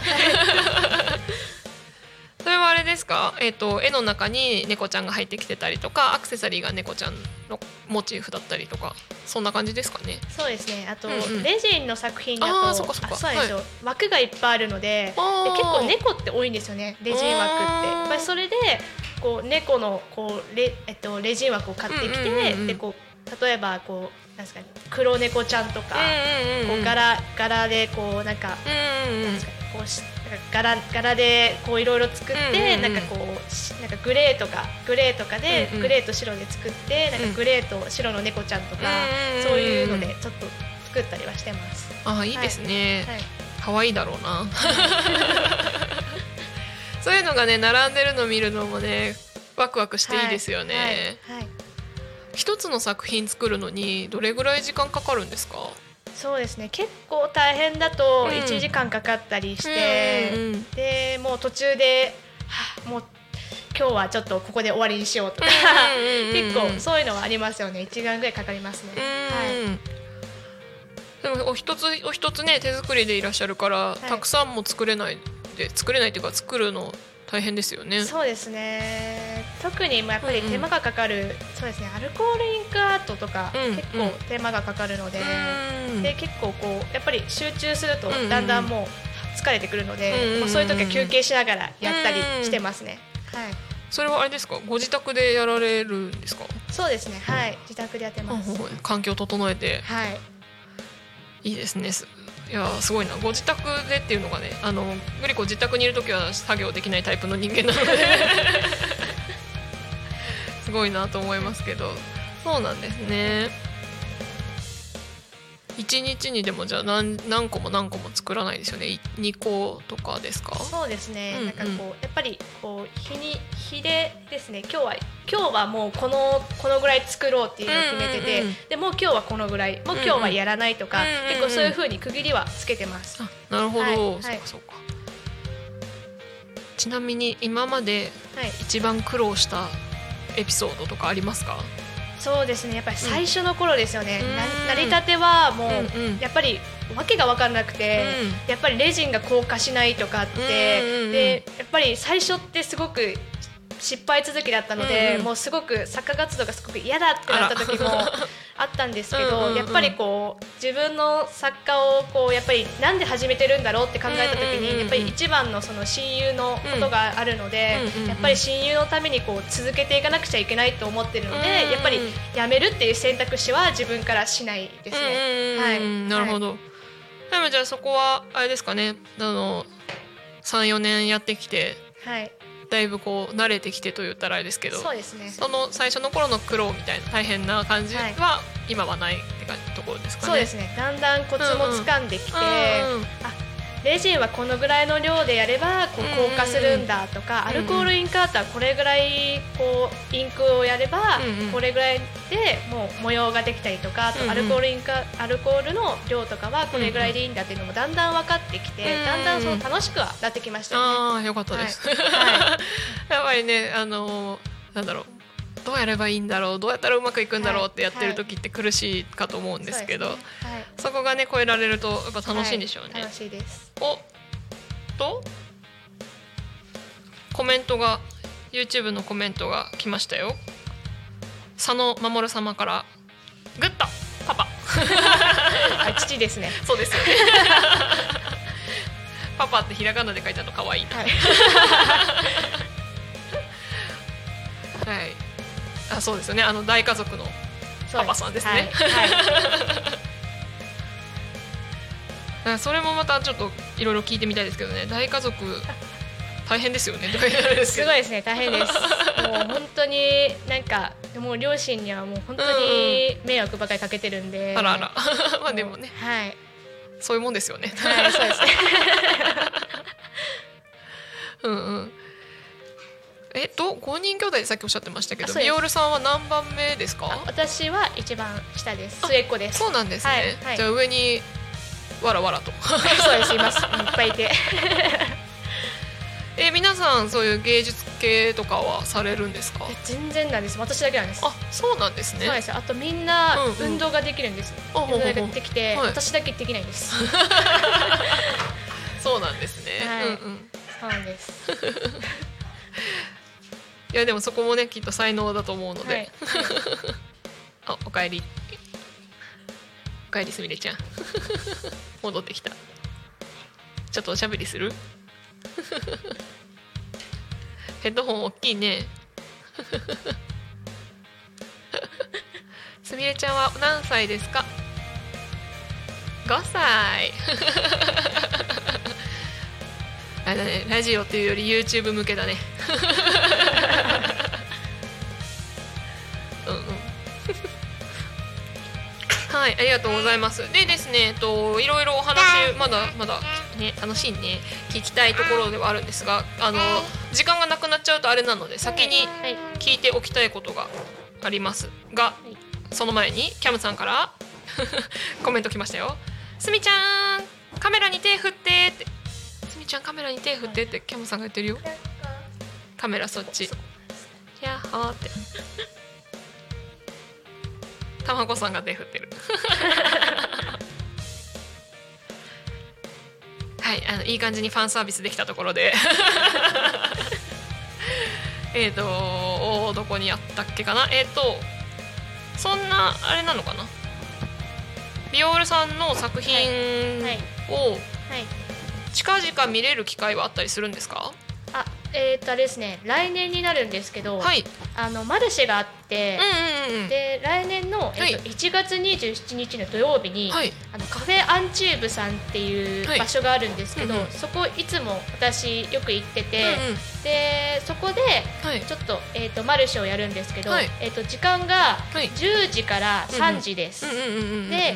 それはあれですか、絵の中に猫ちゃんが入ってきてたりとか、アクセサリーが猫ちゃんのモチーフだったりとか、そんな感じですかね。
そうですね。あと、レジンの作品だとそうですよ、枠がいっぱいあるので、結構猫って多いんですよね、レジン枠って。やっぱりそれでこう猫のこうレジン枠を買ってきて、でこう例えばこうなんですかね、黒猫ちゃんとか、こう柄でこうなんか、なんですかね、こう柄でこういろいろ作って、なんかこうなんかグレーとかで、グレーと白で作って、なんかグレーと白の猫ちゃんとか、そういうのでちょっと作ったりはしてます。
いいですね。可愛いだろうな。そういうのがね並んでるの見るのもねワクワクしていいですよね。一つの作品作るのにどれぐらい時間かかるんですか？
そうですね、結構大変だと1時間かかったりして、でもう途中で、もう今日はちょっとここで終わりにしようとか結構そういうのはありますよね。1時間ぐらいかかりますね。
でもお一つね手作りでいらっしゃるから、たくさんも作れないっていうか作るの大変ですよね。
そうですね。特にやっぱり手間がかかる、そうですね、アルコールインクアートとか、結構手間がかかるので、で結構こうやっぱり集中するとだんだんもう疲れてくるので、そういう時は休憩しながらやったりしてますね。
それはあれですか、ご自宅でやられるんですか？
そうですね、自宅でやってます。
環境整えて、いいですね。いやすごいな、ご自宅でっていうのがね、グリコ自宅にいるときは作業できないタイプの人間なのですごいなと思いますけど、そうなんですね。 1日にでもじゃあ何個も作らないですよね。2個とかですか？
そうですね、なんかこうやっぱりこう日でですね、今日はもうこのぐらい作ろうっていうのを決めてて、でもう今日はこのぐらい、もう今日はやらないとか、結構そういう風に区切りはつけてます。
なるほど、そうか。ちなみに今まで一番苦労したエピソードとかありますか？
そうですね、やっぱり最初の頃ですよね、成り立てはもう、やっぱりわけが分からなくて、やっぱりレジンが硬化しないとかって、でやっぱり最初ってすごく失敗続きだったので、もうすごく作家活動がすごく嫌だってなった時もあったんですけど、やっぱりこう自分の作家をこうやっぱりなんで始めてるんだろうって考えた時に、やっぱり一番のその親友のことがあるので、やっぱり親友のためにこう続けていかなくちゃいけないと思ってるので、やっぱりやめるっていう選択肢は自分からしないですね。はい、
なるほど。でもじゃあそこはあれですかね、3、4年やってきて、だいぶこう慣れてきてと言ったらあれですけど、
そうですね、
その最初の頃の苦労みたいな大変な感じは今はないって感じところですかね。
そうですね、だんだんコツもつかんできて、レジンはこのぐらいの量でやればこう硬化するんだとか、アルコールインクアートはこれぐらいこうインクをやればこれぐらいでもう模様ができたりとか、あとアルコールの量とかはこれぐらいでいいんだっていうのもだんだん分かってきて、だんだんその楽しくはなってきましたよね。
よかったです。やっぱりね、なんだろう、どうやればいいんだろう、どうやったらうまくいくんだろうってやってる時って苦しいかと思うんですけど、そこがね超えられるとやっぱ楽しいんでしょうね。
楽しいです。
コメントが YouTube のコメントが来ましたよ。佐野守様からグッドパパ
父ですね。
そうですよねパパってひらがなで書いてあるの可愛いな。はい、そうですよね、大家族のパパさんですね。それもまたちょっといろいろ聞いてみたいですけどね。大家族大変ですよね。
すごいですね、大変です。もう本当になんかもう両親にはもう本当に迷惑ばかりかけてるんで、
あらあらまあでもね、そういうもんですよね。
はい、そうですね
5人兄弟でさっきおっしゃってましたけど、ビオルさんは何番目ですか？
私は一番下です。末っ子です。
そうなんですね。じゃあ上にわらわらと
そうです、います、いっぱいいて
皆さんそういう芸術系とかはされるんですか？
全然なんです。私だけなんです。
そうなんですね。
そうです。あとみんな運動ができるんです。運動ができて、私だけできないんです
そうなんですね。
そうなんです
いやでもそこもねきっと才能だと思うので、おかえりすみれちゃん戻ってきた。ちょっとおしゃべりするヘッドホン大きいねすみれちゃんは何歳ですか？5歳あれだね、ラジオっていうより YouTube 向けだねはい、ありがとうございます。でですね、いろいろお話まだね楽しいね聞きたいところではあるんですが、時間がなくなっちゃうとあれなので先に聞いておきたいことがありますが、その前にキャムさんからコメント来ましたよ。すみちゃんカメラに手振ってって、すみちゃんカメラに手振ってってキャムさんが言ってるよ。カメラそっちやっほーってたまこさんが手振ってるはい、いい感じにファンサービスできたところでどこにあったっけかな。そんなあれなのかな、ビオールさんの作品を近々見れる機会はあったりするんですか？
あれですね、来年になるんですけど、マルシェがあって、で来年の、1月27日の土曜日に、カフェアンチューブさんっていう場所があるんですけど、そこいつも私よく行ってて、でそこでちょっと、マルシェをやるんですけど、時間が10時から3時です。で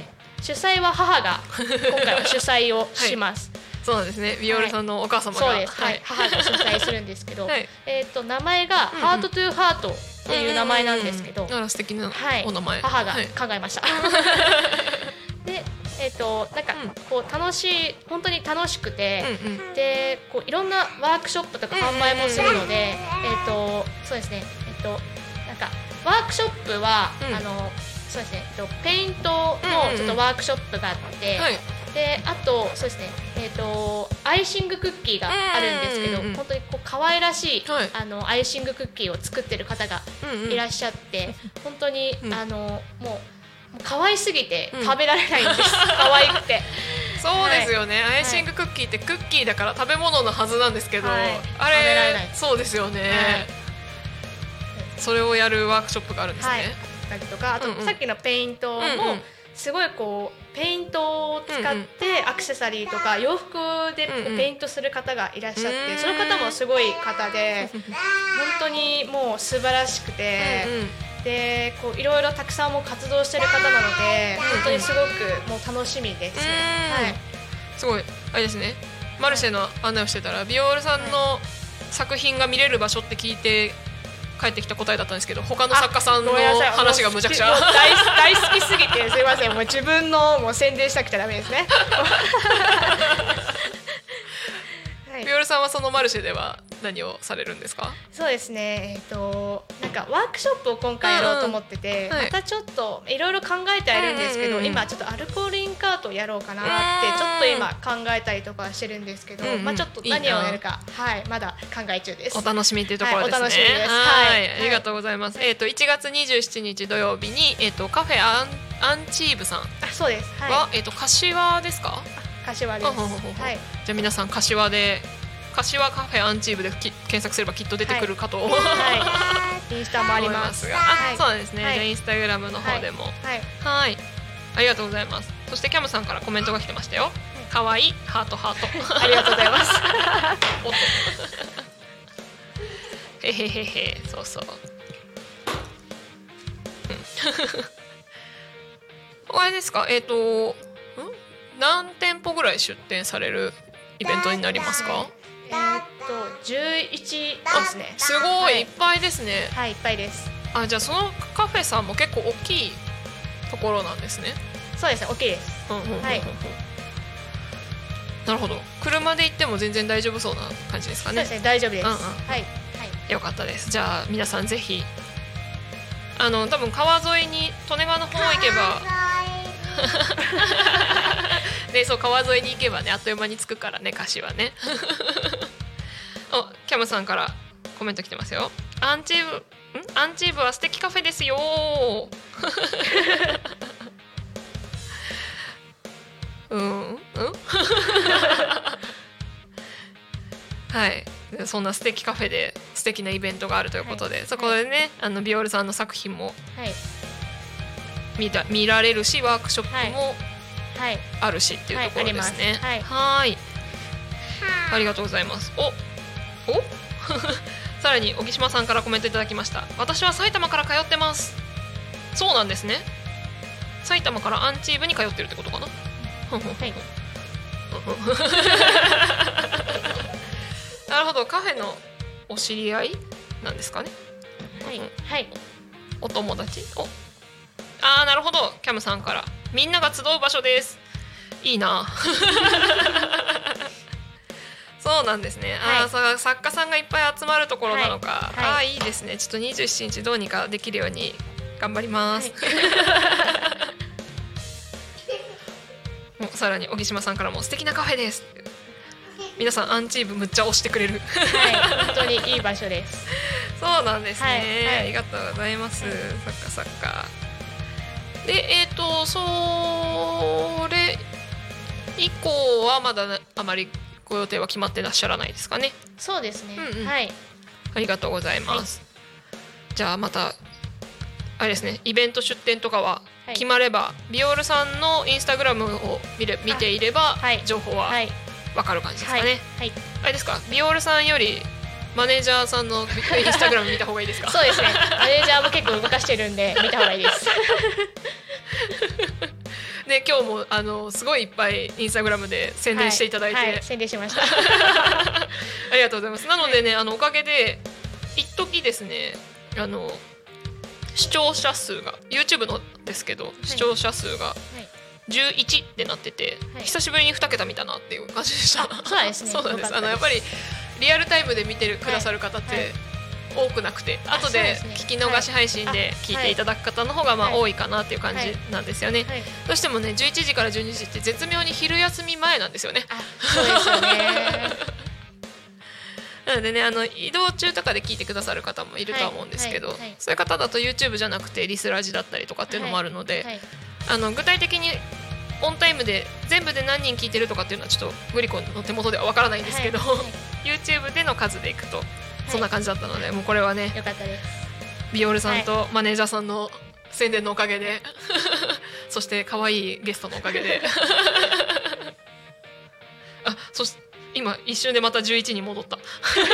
主催は母が今回は主催をします。
そうなんですね。ビオルさんのお母様が、
そうです。はい。母が主催するんですけど、名前がハートトゥーハートっていう名前なんですけど、
素敵なお名前。
母が考えました。で、なんかこう楽しい、本当に楽しくて、でこういろんなワークショップとか販売もするので、そうですね。なんかワークショップはそうですね。ペイントのちょっとワークショップがあって。であとそうですね、アイシングクッキーがあるんですけど、本当にこう可愛らしい、アイシングクッキーを作ってる方がいらっしゃって、本当に、もう可愛すぎて食べられないんです、可愛くて。
そうですよね、アイシングクッキーってクッキーだから食べ物のはずなんですけど、あれそうですよね、それをやるワークショップがあるんですね。
とかあとさっきのペイントもすごいこうペイントを使ってアクセサリーとか洋服でペイントする方がいらっしゃって、その方もすごい方で本当にもう素晴らしくて、でこういろいろたくさんも活動してる方なので本当にすごくもう楽しみですね。
すごいあれですね、マルシェの案内をしてたらビオールさんの作品が見れる場所って聞いて帰ってきた答えだったんですけど、他の作家さんの話がむちゃくちゃ
大好きすぎてすいません、もう自分のもう宣伝したくちゃダメですね。
ビオルさんはそのマルシェでは何をされるんですか？
そうですね、なんかワークショップを今回やろうと思ってて、またちょっといろいろ考えてはいるんですけど、今ちょっとアルコールインカートをやろうかなってちょっと今考えたりとかしてるんですけど、まあちょっと何をやるかまだ考え中です。
お楽しみというところですね。
お楽しみです。
ありがとうございます。1月27日土曜日にカフェアンチーブさんは柏ですか？
柏です。
じゃあ皆さん柏カフェアンチーブで検索すればきっと出てくるかと、
インスタもありますが、
そうなんですね。じゃあインスタグラムの方でも、ありがとうございます。そしてキャムさんからコメントが来てましたよ。かわいいハートハート。
ありがとうございます。
へへへへ、そうそう。あれですか？何店舗ぐらい出店されるイベントになりますか
？11ですね。
すごいいっぱいですね。
はい、いっぱいです。
じゃあそのカフェさんも結構大きいところなんですね。
そうですね、大きいです。
なるほど。車で行っても全然大丈夫そうな感じですかね。
そうですね、大丈夫です。
よかったです。じゃあ皆さんぜひ多分川沿いに利根川の方行けばで、そう川沿いに行けばね、あっという間に着くからね、柏ね。キャムさんからコメント来てますよ。アンチーブは素敵カフェですよ。はい、そんな素敵カフェで素敵なイベントがあるということで、そこでね、ビオルさんの作品も見られるし、ワークショップもあるしっていうところですね。はい、ありがとうございます。さらに小木島さんからコメントいただきました。私は埼玉から通ってます。そうなんですね。埼玉からアンチーブに通ってるってことかな。なるほど、カフェのお知り合いなんですかね。お友達。なるほど。キャムさんからみんなが集う場所です。いいな。そうなんですね。作家さんがいっぱい集まるところなのか。いいですね。ちょっと27日どうにかできるように頑張ります。もうさらに小木島さんからも素敵なカフェです。皆さんアンチーブむっちゃ押してくれる。
本当にいい場所です。
そうなんですね。ありがとうございます。作家。で、それ以降はまだあまりご予定は決まってらっしゃらないですかね。
そうですね。
ありがとうございます。じゃあまたあれですね、イベント出店とかは決まれば、ビオールさんのインスタグラムを見ていれば情報は分かる感じですかね。あれですか、ビオールさんよりマネージャーさんのインスタグラム見た方がいいですか？
そうですね、マネージャーも結構動かしてるんで見た方がいいです。
でね今日もすごいいっぱいインスタグラムで宣伝していただいて、
はいはい、宣伝しました
ありがとうございます。なのでね、おかげで一時ですね視聴者数が YouTube のですけど、視聴者数が11ってなってて、久しぶりに2桁見たなっていう感じでした。
そうですね。
そうなんです。やっぱりリアルタイムで見てくださる方って多くなくて、後で聞き逃し配信で聞いていただく方の方が多いかなっていう感じなんですよね。どうしてもね11時から12時って絶妙に昼休み前なんですよね。
そうですよね
なのでね移動中とかで聞いてくださる方もいるとは思うんですけど、そういう方だと YouTube じゃなくてリスラジだったりとかっていうのもあるので、具体的にオンタイムで全部で何人聞いてるとかっていうのはちょっとグリコの手元ではわからないんですけど、YouTube での数でいくとそんな感じだったので、もうこれはね
よかったです。
ビオルさんとマネージャーさんの宣伝のおかげでそして可愛いゲストのおかげでそして今一瞬でまた11に戻った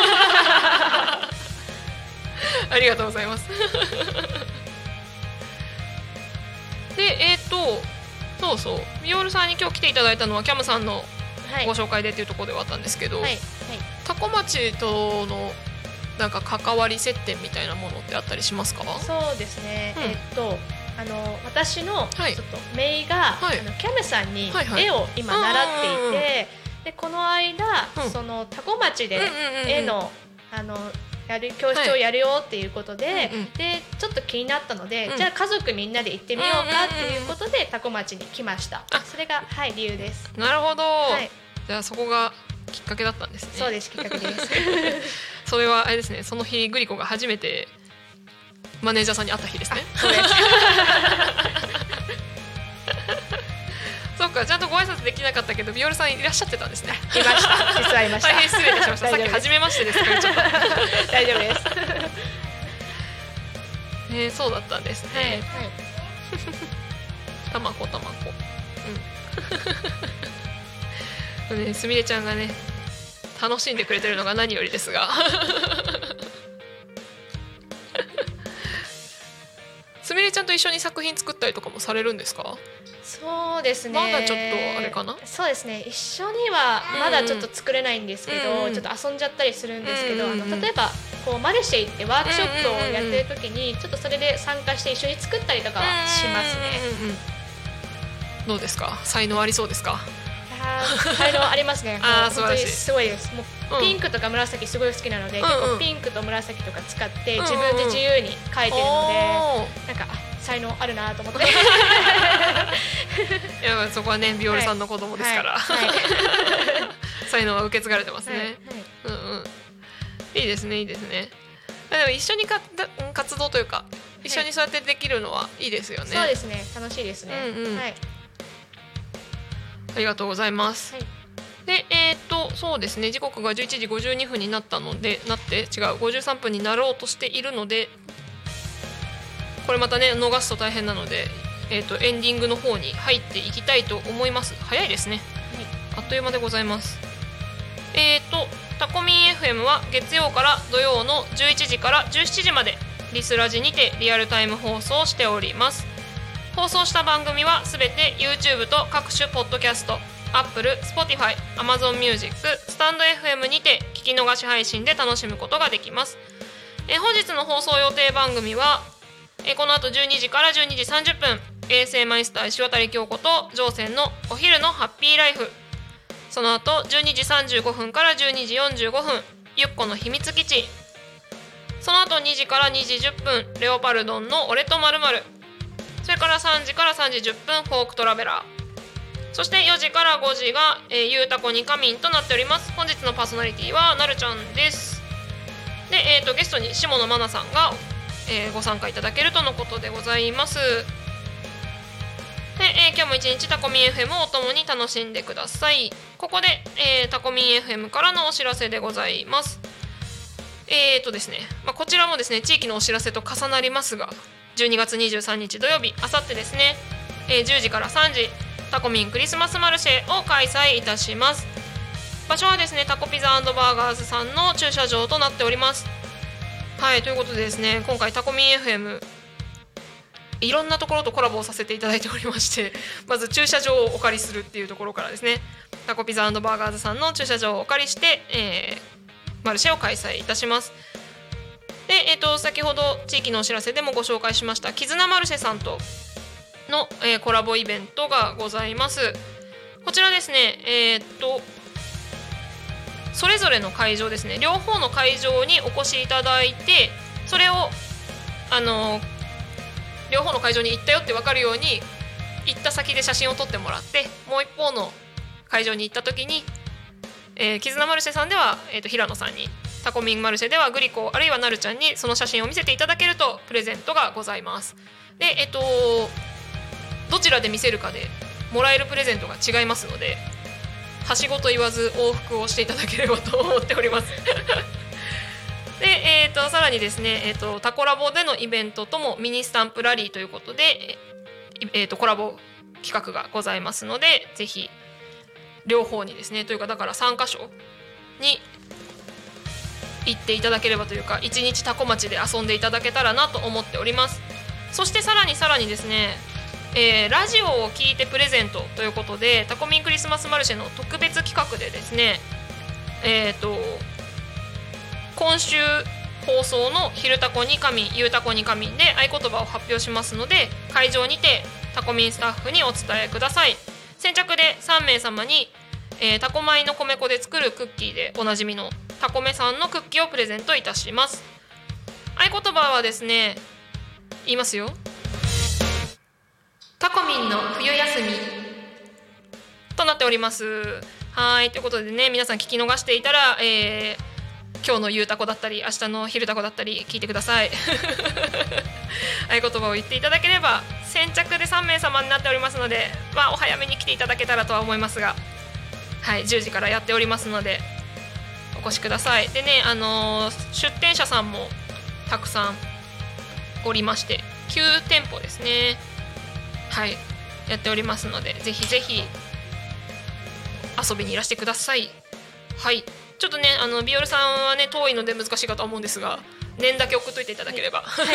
ありがとうございますでそうビオルさんに今日来ていただいたのはキャムさんのご紹介でっていうところではあったんですけど、タコ町とのなんか関わり接点みたいなものってあったりしますか？
そうですね、私のちょっと姪が、キャムさんに絵を今習っていて、でこの間、そのタコ町で絵の教室をやるよっていうことで、でちょっと気になったので、じゃあ家族みんなで行ってみようかっていうことでタコ町に来ました。それが理由です。
なるほど、じゃあそこがきっかけだったんですね。
そうです、きっかけです
それはあれですね、その日グリコが初めてマネージャーさんに会った日ですね。
そうです
そうか、ちゃんとご挨拶できなかったけどビオルさんいらっしゃってたんですね。
いました、実はいました。
大変失礼いたしました。さっき初めましてですとか言っちゃった
大丈夫です。
そうだったんですね。たまこすみれちゃんがね楽しんでくれてるのが何よりですがすみれちゃんと一緒に作品作ったりとかもされるんですか？
そうですね、
まだちょっとあれかな。
そうですね、一緒にはまだちょっと作れないんですけど、ちょっと遊んじゃったりするんですけど、例えばこうマルシェ行ってワークショップをやってる時にちょっとそれで参加して一緒に作ったりとかはしますね。
どうですか？才能ありそうですか？
才能ありますね。
本当に
すごいです。もうピンクとか紫すごい好きなので、結構ピンクと紫とか使って自分で自由に描いてるので、なんか才能あるなと思ってい
やそこはねビオルさんの子供ですから、才能は受け継がれてますね。いいですね、いいですね。でも一緒に活動というか一緒にそうやってできるのはいいですよね。
そうですね、楽しいですね。
ありがとうございます。でそうですね、時刻が11時52分になったので53分になろうとしているので、これまたね逃すと大変なので、エンディングの方に入っていきたいと思います。早いですね、あっという間でございます。タコミン FM は月曜から土曜の11時から17時までリスラジにてリアルタイム放送しております。放送した番組はすべて YouTube と各種ポッドキャスト、Apple、Spotify、Amazon Music、スタンド FM にて聞き逃し配信で楽しむことができます。本日の放送予定番組はこの後12時から12時30分衛星マイスター石渡京子と乗船のお昼のハッピーライフ、その後12時35分から12時45分ゆっこの秘密基地、その後2時から2時10分レオパルドンの俺と〇〇、それから3時から3時10分フォークトラベラー、そして4時から5時が、ゆうたこにかみんとなっております。本日のパーソナリティはなるちゃんです。で、ゲストに下野真奈さんが、ご参加いただけるとのことでございます。で、今日も一日タコミン FM をお共に楽しんでください。ここで、タコミン FM からのお知らせでございます。ですね、こちらもですね地域のお知らせと重なりますが、12月23日土曜日、あさってですね、10時から3時タコミンクリスマスマルシェを開催いたします。場所はですねタコピザ&バーガーズさんの駐車場となっております。はい、ということでですね、今回タコミン FM いろんなところとコラボをさせていただいておりまして、まず駐車場をお借りするっていうところからですね、タコピザ&バーガーズさんの駐車場をお借りして、マルシェを開催いたします。で、先ほど地域のお知らせでもご紹介しました絆マルシェさんとの、コラボイベントがございます。こちらですね、それぞれの会場ですね、両方の会場にお越しいただいて、それを両方の会場に行ったよって分かるように行った先で写真を撮ってもらって、もう一方の会場に行った時に、絆マルシェさんでは、平野さんに、タコミンマルシェではグリコあるいはなるちゃんにその写真を見せていただけるとプレゼントがございます。で、どちらで見せるかでもらえるプレゼントが違いますので、はしごと言わず往復をしていただければと思っておりますで、さらにですね、タコラボでのイベントともミニスタンプラリーということで、コラボ企画がございますので、ぜひ両方にですね、というかだから3カ所に行っていただければというか、1日タコ町で遊んでいただけたらなと思っております。そしてさらにですね、ラジオを聞いてプレゼントということで、タコミンクリスマスマルシェの特別企画でですね、今週放送の昼タコに仮眠、ゆうタコに仮眠で合言葉を発表しますので、会場にてタコミンスタッフにお伝えください。先着で3名様に、タコ米の米粉で作るクッキーでおなじみのタコメさんのクッキーをプレゼントいたします。合言葉はですね、言いますよ。タコミンの冬休みとなっております。はい、ということでね、皆さん聞き逃していたら、今日のゆうたこだったり明日の昼たこだったり聞いてください合言葉を言っていただければ先着で3名様になっておりますので、お早めに来ていただけたらとは思いますが、はい、10時からやっておりますのでお越しください。でね、出店者さんもたくさんおりまして、9店舗ですね、はい、やっておりますので、ぜひぜひ遊びにいらしてください。はい、ちょっとね、ビオルさんはね遠いので難しいかと思うんですが、念だけ送っといていただければはい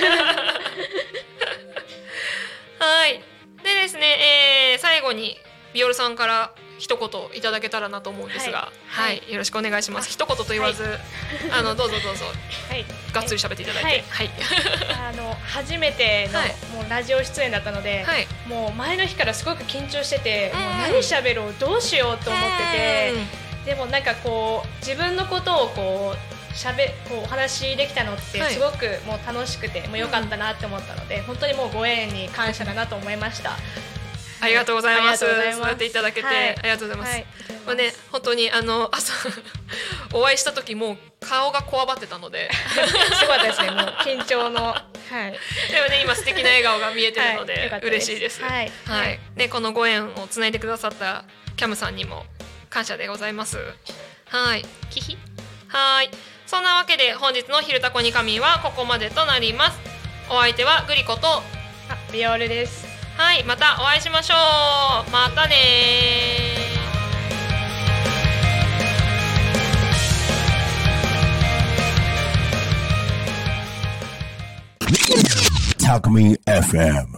はいでですね、最後にビオルさんから一言いただけたらなと思うんですが、はい、よろしくお願いします。一言と言わず、どうぞ、はい、がっつり喋っていただいて、はい、
初めての、もうラジオ出演だったので、もう前の日からすごく緊張してて、もう何喋ろう、どうしようと思ってて、でもなんかこう自分のことをこうお話できたのってすごくもう楽しくて、もう良かったなって思ったので、本当にもうご縁に感謝だなと思いました。
ありがとうございます。そうやっていただけて、ありがとうございます。ね、本当に朝お会いした時もう顔がこわばってたので
すごかったですね、もう緊張の、
でもね、今素敵な笑顔が見えてるので、嬉しいです。で、このご縁をつないでくださったキャムさんにも感謝でございます。キヒそんなわけで本日の昼タコに仮眠はここまでとなります。お相手はグリコと
ビオルです。
はい、またお会いしましょう。またね。
Talk Me FM